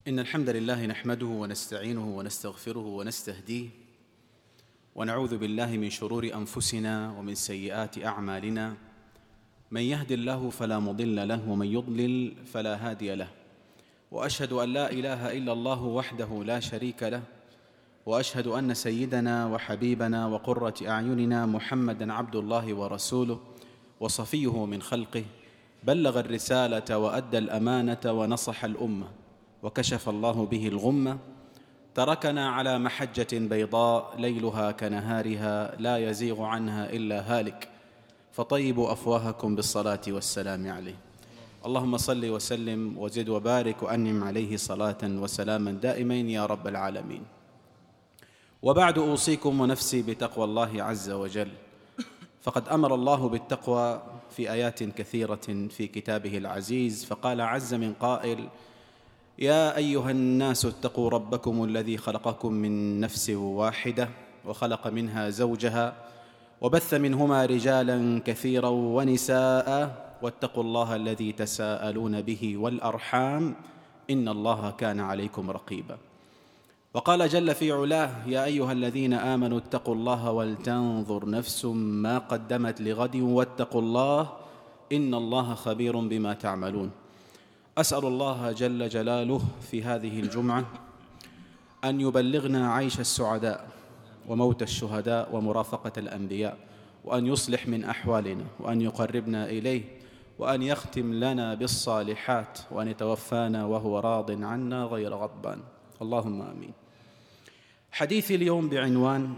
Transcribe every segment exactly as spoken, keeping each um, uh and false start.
إن الحمد لله نحمده ونستعينه ونستغفره ونستهديه ونعوذ بالله من شرور أنفسنا ومن سيئات أعمالنا. من يهد الله فلا مضل له ومن يضلل فلا هادي له، وأشهد أن لا إله إلا الله وحده لا شريك له، وأشهد أن سيدنا وحبيبنا وقرة أعيننا محمدًا عبد الله ورسوله وصفيه من خلقه، بلغ الرسالة وأدى الأمانة ونصح الأمة وكشف الله به الغمة، تركنا على محجة بيضاء ليلها كنهارها لا يزيغ عنها إلا هالك، فطيبوا أفواهكم بالصلاة والسلام عليه. اللهم صل وسلم وزد وبارك وأنعم عليه صلاة وسلاما دائمين يا رب العالمين. وبعد أوصيكم ونفسي بتقوى الله عز وجل، فقد أمر الله بالتقوى في آيات كثيرة في كتابه العزيز، فقال عز من قائل: يا أيها الناس اتقوا ربكم الذي خلقكم من نفس واحدة وخلق منها زوجها وبث منهما رجالا كثيرا ونساء واتقوا الله الذي تساءلون به والأرحام إن الله كان عليكم رقيبا. وقال جل في علاه: يا أيها الذين آمنوا اتقوا الله ولتنظر نفس ما قدمت لغد واتقوا الله إن الله خبير بما تعملون. أسأل الله جل جلاله في هذه الجمعة أن يبلغنا عيش السعداء وموت الشهداء ومرافقة الأنبياء، وأن يصلح من أحوالنا، وأن يقربنا إليه، وأن يختم لنا بالصالحات، وأن يتوفانا وهو راض عنا غير غضبان، اللهم آمين. حديثي اليوم بعنوان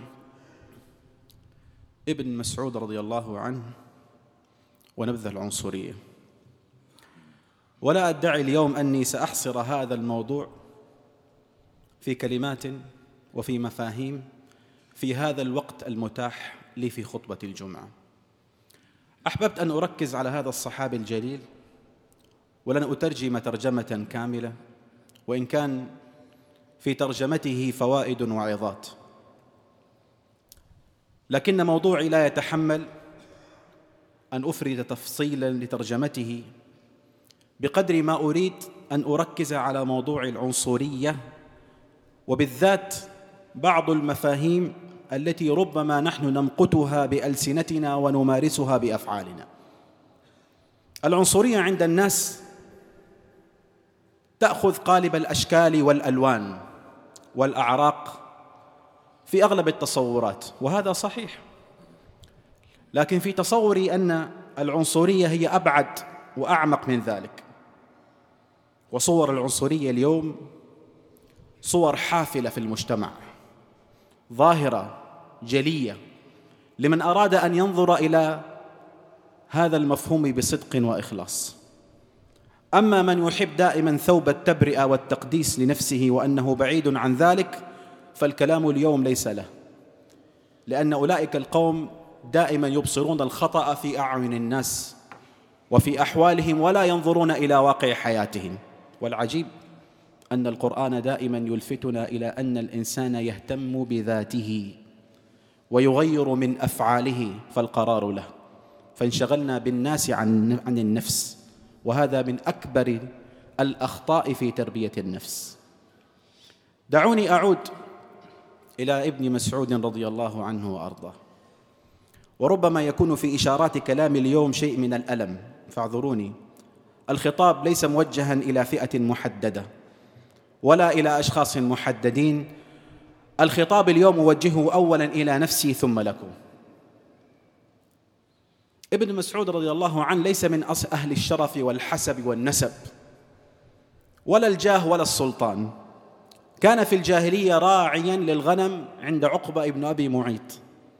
ابن مسعود رضي الله عنه ونبذ العنصرية. ولا أدعي اليوم أني سأحصر هذا الموضوع في كلمات وفي مفاهيم في هذا الوقت المتاح لي في خطبة الجمعة. أحببت أن أركز على هذا الصحابي الجليل، ولن أترجم ترجمة كاملة، وإن كان في ترجمته فوائد وعظات، لكن موضوعي لا يتحمل أن أفرد تفصيلا لترجمته بقدر ما أريد أن أركز على موضوع العنصرية، وبالذات بعض المفاهيم التي ربما نحن نمقتها بألسنتنا ونمارسها بأفعالنا. العنصرية عند الناس تأخذ قالب الأشكال والألوان والأعراق في أغلب التصورات، وهذا صحيح، لكن في تصوري أن العنصرية هي أبعد وأعمق من ذلك. وصور العنصرية اليوم صور حافلة في المجتمع، ظاهرة جلية لمن أراد أن ينظر إلى هذا المفهوم بصدق وإخلاص. أما من يحب دائما ثوب التبرئة والتقديس لنفسه وأنه بعيد عن ذلك، فالكلام اليوم ليس له، لأن أولئك القوم دائما يبصرون الخطأ في أعين الناس وفي أحوالهم ولا ينظرون إلى واقع حياتهم. والعجيب أن القرآن دائما يلفتنا إلى أن الإنسان يهتم بذاته ويغير من أفعاله فالقرار له، فانشغلنا بالناس عن عن النفس، وهذا من أكبر الأخطاء في تربية النفس. دعوني أعود إلى ابن مسعود رضي الله عنه وأرضاه، وربما يكون في إشارات كلام اليوم شيء من الألم، فاعذروني. الخطاب ليس موجها إلى فئة محددة ولا إلى أشخاص محددين، الخطاب اليوم موجهه أولا إلى نفسي ثم لكم. ابن مسعود رضي الله عنه ليس من أهل الشرف والحسب والنسب ولا الجاه ولا السلطان، كان في الجاهلية راعيا للغنم عند عقبة ابن أبي معيط،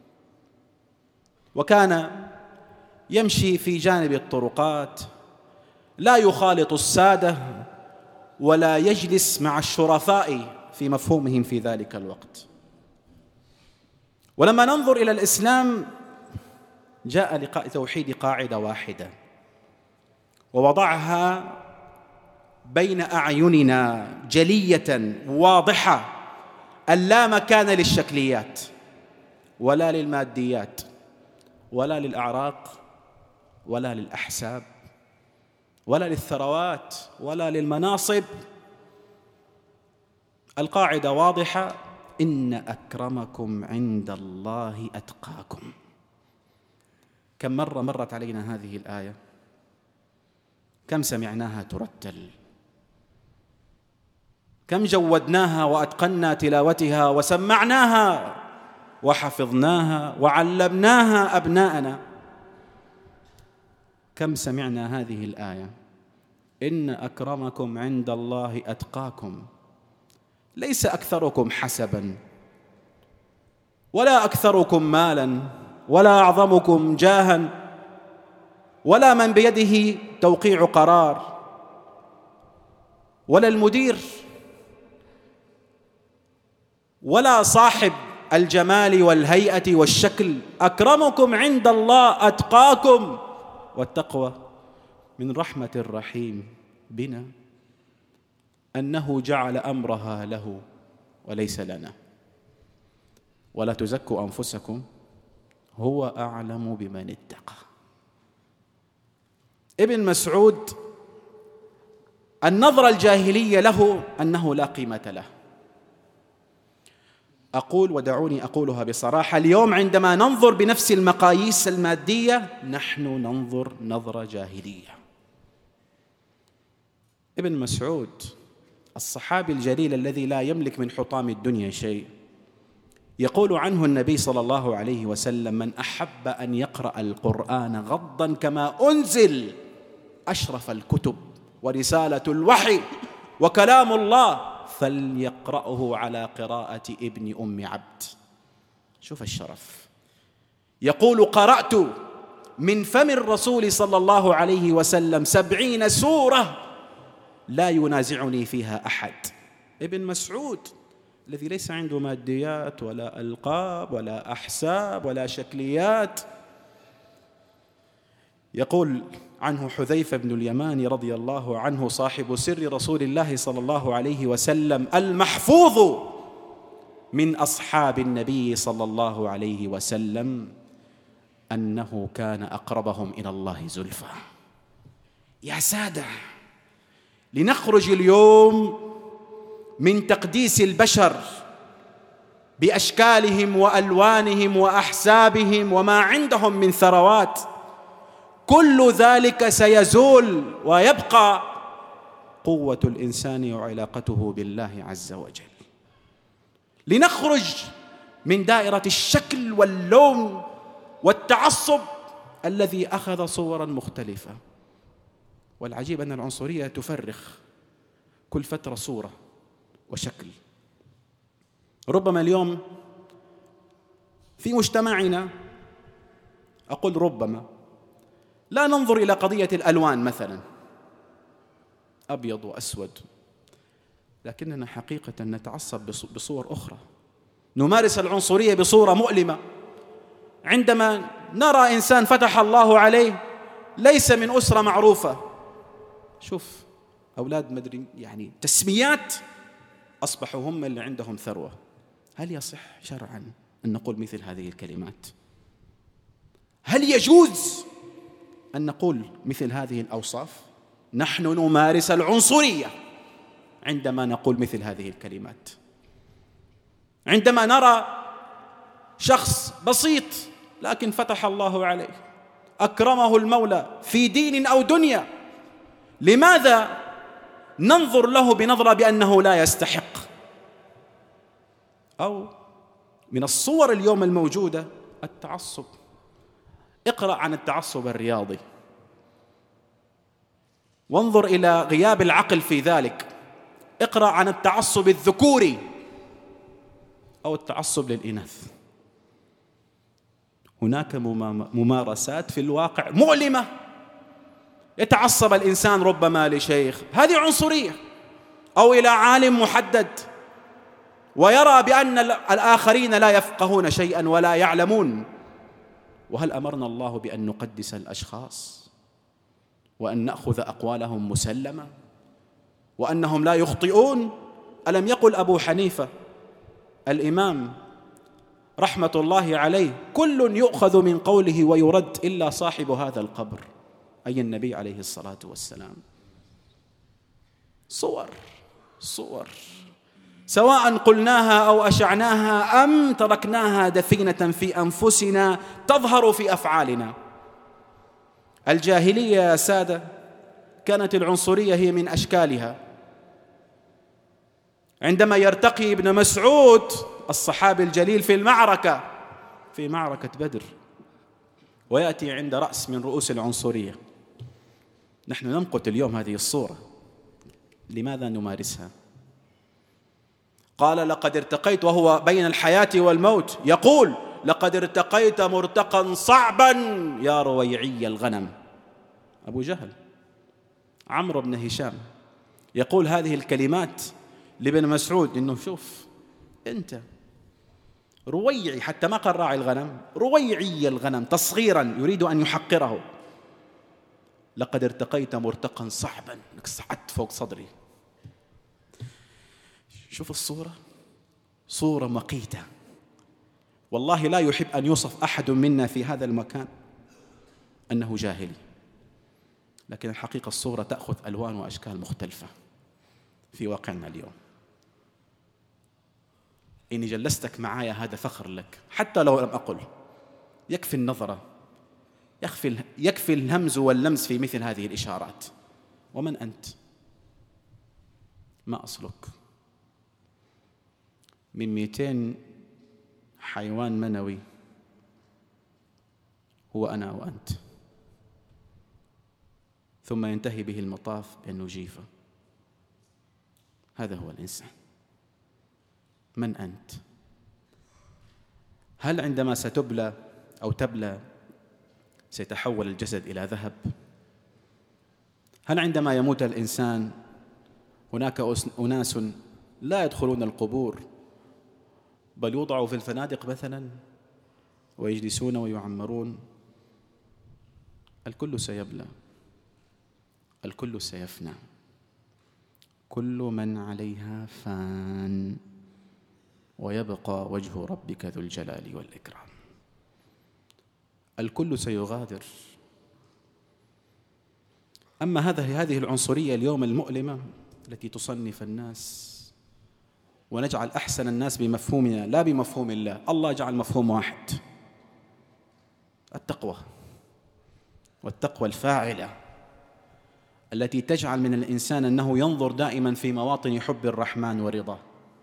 وكان يمشي في جانب الطرقات، لا يخالط السادة ولا يجلس مع الشرفاء في مفهومهم في ذلك الوقت. ولما ننظر إلى الإسلام جاء لتوحيد قاعدة واحدة ووضعها بين أعيننا جلية واضحة: اللا مكان للشكليات ولا للماديات ولا للأعراق ولا للأحساب ولا للثروات ولا للمناصب القاعدة واضحة: إن أكرمكم عند الله أتقاكم. كم مرة مرت علينا هذه الآية؟ كم سمعناها ترتل؟ كم جودناها وأتقنا تلاوتها وسمعناها وحفظناها وعلمناها أبناءنا؟ كم سمعنا هذه الآية: إن أكرمكم عند الله أتقاكم. ليس أكثركم حسبا، ولا أكثركم مالا، ولا أعظمكم جاها، ولا من بيده توقيع قرار، ولا المدير، ولا صاحب الجمال والهيئة والشكل. أكرمكم عند الله أتقاكم. والتقوى من رحمة الرحيم بنا أنه جعل أمرها له وليس لنا. ولا تزكوا أنفسكم، هو أعلم بمن اتقى. ابن مسعود النظرة الجاهلية له أنه لا قيمة له. أقول ودعوني أقولها بصراحة: اليوم عندما ننظر بنفس المقاييس المادية نحن ننظر نظرة جاهلية. ابن مسعود الصحابي الجليل الذي لا يملك من حطام الدنيا شيء، يقول عنه النبي صلى الله عليه وسلم: من أحب أن يقرأ القرآن غضا كما أنزل أشرف الكتب ورسالة الوحي وكلام الله فليقرأه على قراءة ابن أم عبد. شوف الشرف. يقول: قرأت من فم الرسول صلى الله عليه وسلم سبعين سورة لا ينازعني فيها أحد. ابن مسعود الذي ليس عنده ماديات ولا ألقاب ولا أحساب ولا شكليات. يقول عنه حذيفة بن اليمان رضي الله عنه صاحب سر رسول الله صلى الله عليه وسلم المحفوظ من أصحاب النبي صلى الله عليه وسلم أنه كان أقربهم إلى الله زلفى. يا سادة، لنخرج اليوم من تقديس البشر بأشكالهم وألوانهم وأحسابهم وما عندهم من ثروات، كل ذلك سيزول ويبقى قوة الإنسان وعلاقته بالله عز وجل. لنخرج من دائرة الشكل واللون والتعصب الذي أخذ صورا مختلفة. والعجيب أن العنصرية تفرخ كل فترة صورة وشكل. ربما اليوم في مجتمعنا، أقول ربما، لا ننظر إلى قضية الألوان مثلا أبيض وأسود، لكننا حقيقة نتعصب بصور أخرى، نمارس العنصرية بصورة مؤلمة. عندما نرى إنسان فتح الله عليه ليس من أسرة معروفة، شوف أولاد مدري يعني تسميات، أصبحوا هم اللي عندهم ثروة. هل يصح شرعا أن نقول مثل هذه الكلمات؟ هل يجوز أن نقول مثل هذه الأوصاف؟ نحن نمارس العنصرية عندما نقول مثل هذه الكلمات. عندما نرى شخص بسيط لكن فتح الله عليه، أكرمه المولى في دين أو دنيا، لماذا ننظر له بنظرة بأنه لا يستحق؟ أو من الصور اليوم الموجودة التعصب. اقرأ عن التعصب الرياضي وانظر إلى غياب العقل في ذلك. اقرأ عن التعصب الذكوري أو التعصب للإناث. هناك ممارسات في الواقع مؤلمة. يتعصب الإنسان ربما لشيخ، هذه عنصرية، أو إلى عالم محدد، ويرى بأن الآخرين لا يفقهون شيئا ولا يعلمون. وهل أمرنا الله بأن نقدس الأشخاص وأن نأخذ أقوالهم مسلمة وأنهم لا يخطئون؟ ألم يقل أبو حنيفة الإمام رحمة الله عليه: كل يؤخذ من قوله ويرد إلا صاحب هذا القبر، أي النبي عليه الصلاة والسلام. صور صور سواء قلناها أو أشعناها أم تركناها دفينة في أنفسنا تظهر في أفعالنا. الجاهلية يا سادة كانت العنصرية هي من أشكالها. عندما يرتقي ابن مسعود الصحابي الجليل في المعركة في معركة بدر ويأتي عند رأس من رؤوس العنصرية، نحن نمقت اليوم هذه الصورة، لماذا نمارسها؟ قال لقد ارتقيت، وهو بين الحياة والموت يقول لقد ارتقيت مرتقا صعبا يا رويعي الغنم. أبو جهل عمرو بن هشام يقول هذه الكلمات لابن مسعود، إنه شوف أنت رويعي، حتى ما قال راعي الغنم، رويعي الغنم تصغيرا يريد أن يحقره. لقد ارتقيت مرتقا صعبا، انك صعدت فوق صدري. شوف الصورة، صورة مقيتة. والله لا يحب أن يوصف أحد منا في هذا المكان أنه جاهلي، لكن الحقيقة الصورة تأخذ ألوان وأشكال مختلفة في واقعنا اليوم. إني جلستك معايا هذا فخر لك، حتى لو لم أقل. يكفي النظرة، يكفي يكفي الهمز واللمس في مثل هذه الإشارات. ومن أنت؟ ما أصلك؟ من مئتين حيوان منوي هو أنا وأنت، ثم ينتهي به المطاف بأنه جيفة. هذا هو الإنسان. من أنت؟ هل عندما ستبلى أو تبلى سيتحول الجسد إلى ذهب؟ هل عندما يموت الإنسان هناك أناس لا يدخلون القبور بل يوضعوا في الفنادق مثلا ويجلسون ويعمرون؟ الكل سيبلى، الكل سيفنى، كل من عليها فان، ويبقى وجه ربك ذو الجلال والإكرام. الكل سيغادر. أما هذه هذه العنصرية اليوم المؤلمة التي تصنف الناس ونجعل أحسن الناس بمفهومنا لا بمفهوم الله. الله جعل مفهوم واحد، التقوى، والتقوى الفاعلة التي تجعل من الإنسان أنه ينظر دائما في مواطن حب الرحمن ورضاه.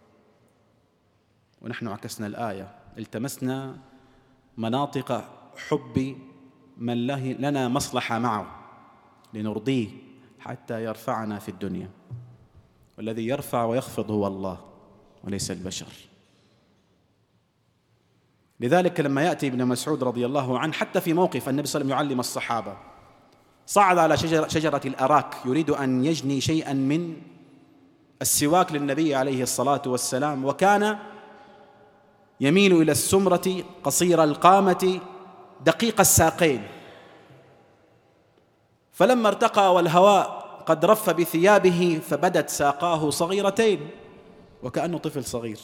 ونحن عكسنا الآية، التمسنا مناطق حب من له لنا مصلحة معه لنرضيه حتى يرفعنا في الدنيا. والذي يرفع ويخفض هو الله وليس البشر. لذلك لما يأتي ابن مسعود رضي الله عنه حتى في موقف النبي صلى الله عليه وسلم يعلم الصحابة، صعد على شجرة, شجرة الأراك يريد أن يجني شيئا من السواك للنبي عليه الصلاة والسلام، وكان يميل إلى السمرة قصير القامة دقيق الساقين. فلما ارتقى والهواء قد رف بثيابه فبدت ساقاه صغيرتين وكأنه طفل صغير،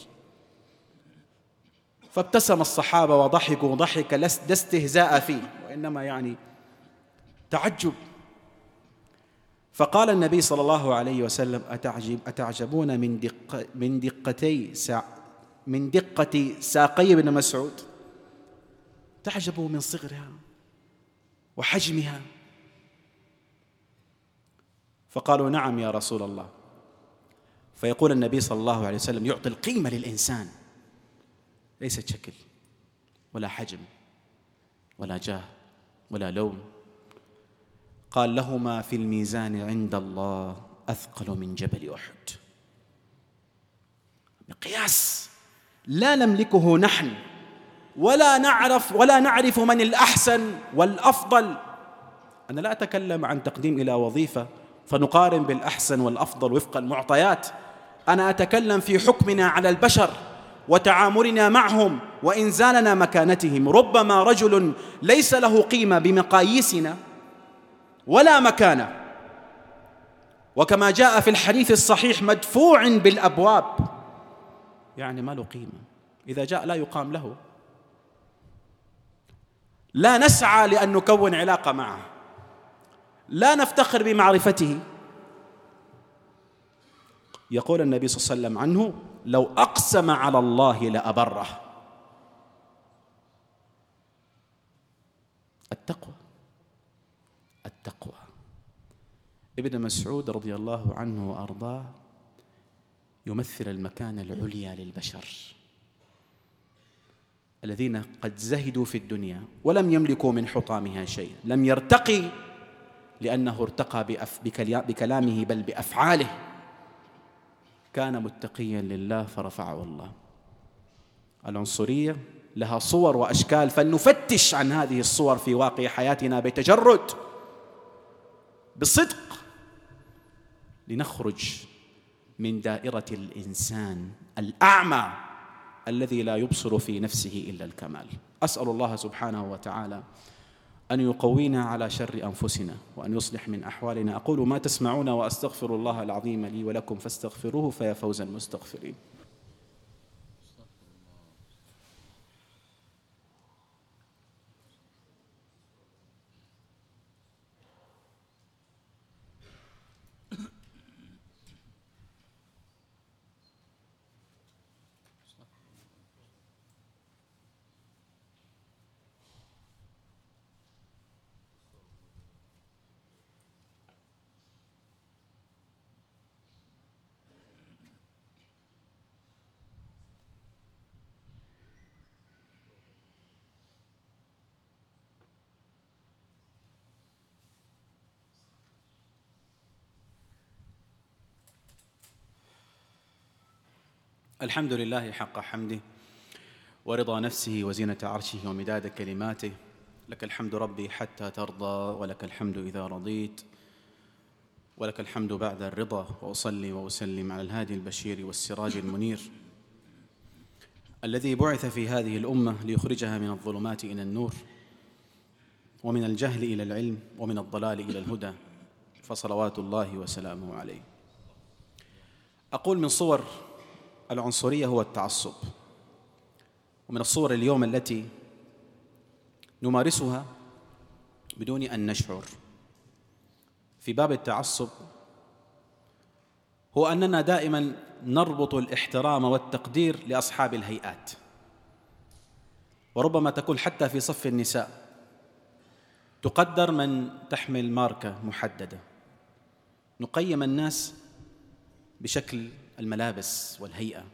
فابتسم الصحابة وضحكوا ضحك لا استهزاء فيه وإنما يعني تعجب. فقال النبي صلى الله عليه وسلم أتعجب أتعجبون من دق من دقتي سا من دقة ساقي ابن مسعود؟ تعجبوا من صغرها وحجمها؟ فقالوا نعم يا رسول الله. فيقول النبي صلى الله عليه وسلم يعطي القيمة للإنسان، ليست شكل ولا حجم ولا جاه ولا لون. قال لهما في الميزان عند الله أثقل من جبل أحد. مقياس لا نملكه نحن، ولا نعرف ولا نعرف من الأحسن والأفضل. أنا لا أتكلم عن تقديم إلى وظيفة فنقارن بالأحسن والأفضل وفق المعطيات. أنا أتكلم في حكمنا على البشر وتعاملنا معهم وإنزالنا مكانتهم. ربما رجل ليس له قيمة بمقاييسنا ولا مكانة، وكما جاء في الحديث الصحيح مدفوع بالأبواب، يعني ما له قيمة، إذا جاء لا يقام له، لا نسعى لأن نكون علاقة معه، لا نفتخر بمعرفته. يقول النبي صلى الله عليه وسلم عنه: لو أقسم على الله لأبره. التقوى التقوى. ابن مسعود رضي الله عنه وأرضاه يمثل المكانة العليا للبشر الذين قد زهدوا في الدنيا ولم يملكوا من حطامها شيء، لم يرتقي لأنه ارتقى بكلامه بل بأفعاله، كان متقيا لله فرفعه الله. العنصرية لها صور وأشكال، فلنفتش عن هذه الصور في واقع حياتنا بتجرد، بصدق، لنخرج من دائرة الإنسان الأعمى الذي لا يبصر في نفسه إلا الكمال. أسأل الله سبحانه وتعالى أن يقوينا على شر أنفسنا وأن يصلح من أحوالنا. أقول ما تسمعون وأستغفر الله العظيم لي ولكم فاستغفروه فيا فوز المستغفرين. الحمد لله حق حمده ورضا نفسه وزينة عرشه ومداد كلماته. لك الحمد ربي حتى ترضى، ولك الحمد إذا رضيت، ولك الحمد بعد الرضا. وأصلي وأسلم على الهادي البشير والسراج المنير الذي بعث في هذه الأمة ليخرجها من الظلمات إلى النور، ومن الجهل إلى العلم، ومن الضلال إلى الهدى، فصلوات الله وسلامه عليه. أقول من صور العنصرية هو التعصب، ومن الصور اليوم التي نمارسها بدون أن نشعر في باب التعصب هو أننا دائما نربط الاحترام والتقدير لأصحاب الهيئات، وربما تكون حتى في صف النساء تقدر من تحمل ماركة محددة. نقيم الناس بشكل الملابس والهيئة،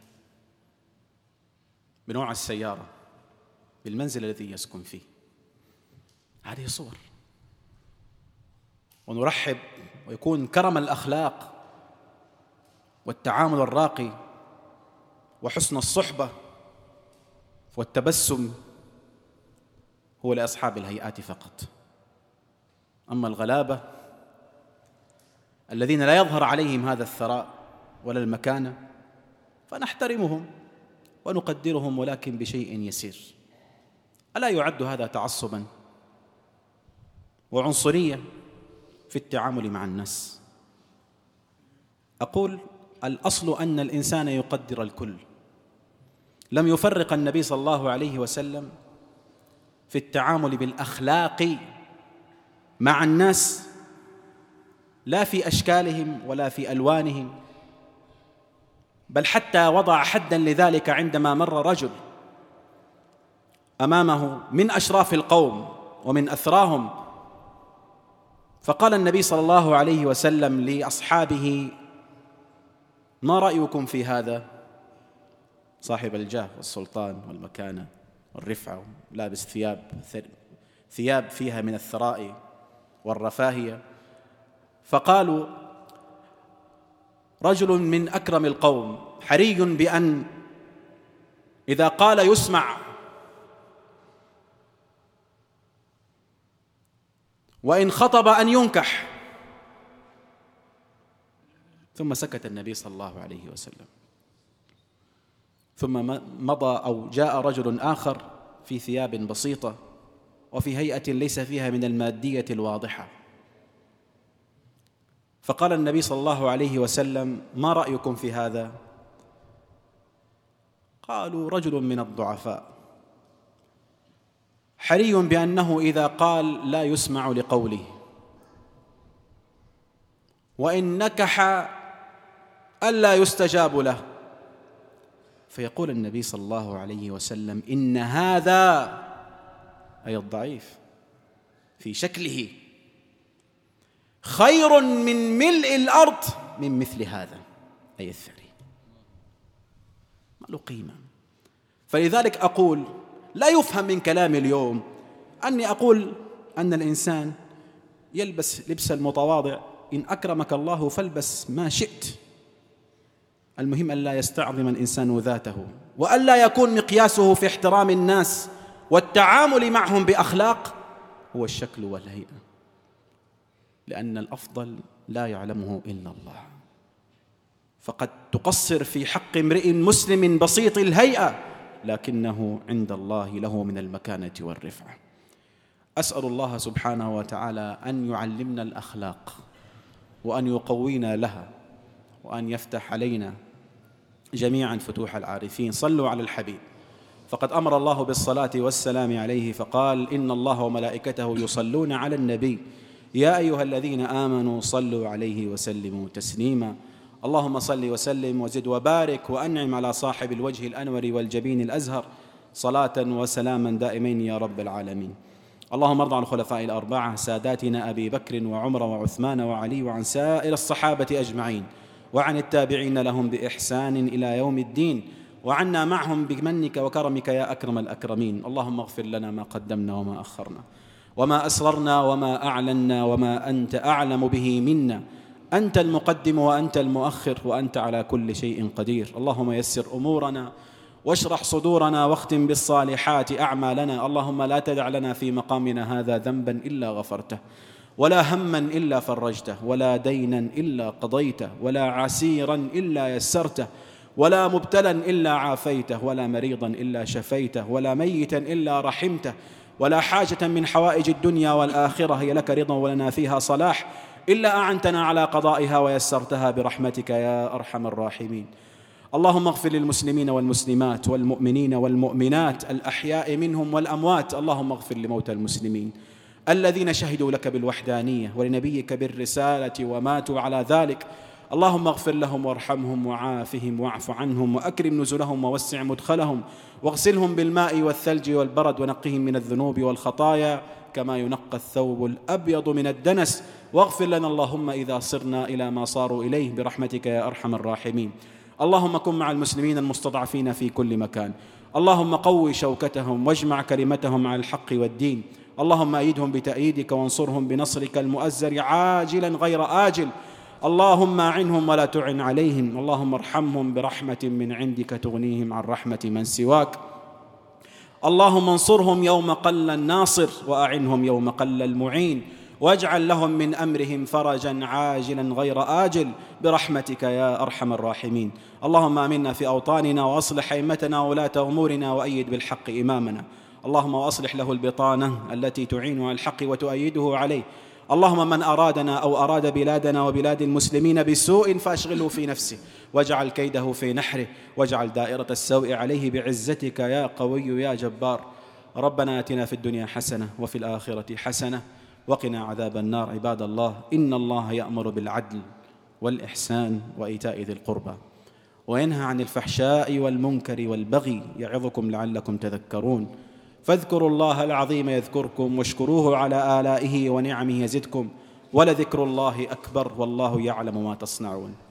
بنوع السيارة، بالمنزل الذي يسكن فيه. هذه صور، ونرحب ويكون كرم الأخلاق والتعامل الراقي وحسن الصحبة والتبسم هو لأصحاب الهيئات فقط. أما الغلابة الذين لا يظهر عليهم هذا الثراء ولا المكانة فنحترمهم ونقدرهم، ولكن بشيء يسير. ألا يعد هذا تعصبا وعنصرية في التعامل مع الناس؟ أقول الأصل أن الإنسان يقدر الكل. لم يفرق النبي صلى الله عليه وسلم في التعامل بالأخلاق مع الناس، لا في أشكالهم ولا في ألوانهم، بل حتى وضع حداً لذلك عندما مر رجل أمامه من أشراف القوم ومن أثراهم، فقال النبي صلى الله عليه وسلم لأصحابه: ما رأيكم في هذا؟ صاحب الجاه والسلطان والمكانة والرفعة، لابس ثياب ثياب فيها من الثراء والرفاهية. فقالوا: رجل من أكرم القوم حري بأن إذا قال يسمع، وإن خطب أن ينكح. ثم سكت النبي صلى الله عليه وسلم، ثم مضى أو جاء رجل آخر في ثياب بسيطة وفي هيئة ليس فيها من المادية الواضحة، فقال النبي صلى الله عليه وسلم: ما رأيكم في هذا؟ قالوا: رجل من الضعفاء حري بأنه إذا قال لا يسمع لقوله، وإن نكح ألا يستجاب له. فيقول النبي صلى الله عليه وسلم: إن هذا، أي الضعيف في شكله، خير من ملء الأرض من مثل هذا، أي الثري، ما له قيمة. فلذلك أقول لا يفهم من كلامي اليوم أني أقول أن الإنسان يلبس لبس المتواضع، إن أكرمك الله فالبس ما شئت، المهم أن لا يستعظم الإنسان ذاته، وأن لا يكون مقياسه في احترام الناس والتعامل معهم بأخلاق هو الشكل والهيئة، لأن الأفضل لا يعلمه إلا الله. فقد تقصر في حق امرئ مسلم بسيط الهيئة، لكنه عند الله له من المكانة والرفعة. أسأل الله سبحانه وتعالى أن يعلمنا الأخلاق، وأن يقوينا لها، وأن يفتح علينا جميعا فتوح العارفين. صلوا على الحبيب، فقد أمر الله بالصلاة والسلام عليه فقال: إن الله وملائكته يصلون على النبي يا أيها الذين آمنوا صلوا عليه وسلموا تسليما. اللهم صل وسلم وزد وبارك وأنعم على صاحب الوجه الأنور والجبين الأزهر صلاة وسلاما دائمين يا رب العالمين. اللهم ارض عن الخلفاء الأربعة ساداتنا أبي بكر وعمر وعثمان وعلي، وعن سائر الصحابة أجمعين، وعن التابعين لهم بإحسان إلى يوم الدين، وعنا معهم بمنك وكرمك يا أكرم الأكرمين. اللهم اغفر لنا ما قدمنا وما أخرنا، وما أسررنا وما أعلنا، وما أنت أعلم به منا. أنت المقدم وأنت المؤخر، وأنت على كل شيء قدير. اللهم يسر أمورنا واشرح صدورنا واختم بالصالحات أعمالنا. اللهم لا تدع لنا في مقامنا هذا ذنبا إلا غفرته، ولا هما إلا فرجته، ولا دينا إلا قضيته، ولا عسيرا إلا يسرته، ولا مبتلا إلا عافيته، ولا مريضا إلا شفيته، ولا ميتا إلا رحمته، ولا حاجة من حوائج الدنيا والآخرة هي لك رضا ولنا فيها صلاح إلا أعنتنا على قضائها ويسرتها برحمتك يا أرحم الراحمين. اللهم اغفر للمسلمين والمسلمات والمؤمنين والمؤمنات الأحياء منهم والأموات. اللهم اغفر لموتى المسلمين الذين شهدوا لك بالوحدانية ولنبيك بالرسالة وماتوا على ذلك. اللهم اغفر لهم وارحمهم وعافهم واعف عنهم وأكرم نزلهم ووسع مدخلهم، واغسلهم بالماء والثلج والبرد، ونقهم من الذنوب والخطايا كما ينقى الثوب الأبيض من الدنس. واغفر لنا اللهم إذا صرنا إلى ما صاروا إليه برحمتك يا أرحم الراحمين. اللهم كن مع المسلمين المستضعفين في كل مكان. اللهم قوي شوكتهم واجمع كلمتهم على الحق والدين. اللهم أيدهم بتأييدك وانصرهم بنصرك المؤزر عاجلا غير آجل. اللهم أعنهم ولا تعن عليهم. اللهم ارحمهم برحمة من عندك تغنيهم عن رحمة من سواك. اللهم انصرهم يوم قل الناصر، وأعنهم يوم قل المعين، واجعل لهم من أمرهم فرجا عاجلا غير آجل برحمتك يا أرحم الراحمين. اللهم آمنا في أوطاننا، وأصلح أئمتنا وولاة أمورنا، وأيد بالحق إمامنا. اللهم وأصلح له البطانة التي تعين على الحق وتؤيده عليه. اللهم من أرادنا أو أراد بلادنا وبلاد المسلمين بسوء فأشغله في نفسه، واجعل كيده في نحره، واجعل دائرة السوء عليه بعزتك يا قوي يا جبار. ربنا آتنا في الدنيا حسنة وفي الآخرة حسنة وقنا عذاب النار. عباد الله، إن الله يأمر بالعدل والإحسان وإيتاء ذي القربى، وينهى عن الفحشاء والمنكر والبغي، يعظكم لعلكم تذكرون. فاذكروا الله العظيم يذكركم، واشكروه على آلائه ونعمه يزدكم، ولذكر الله أكبر، والله يعلم ما تصنعون.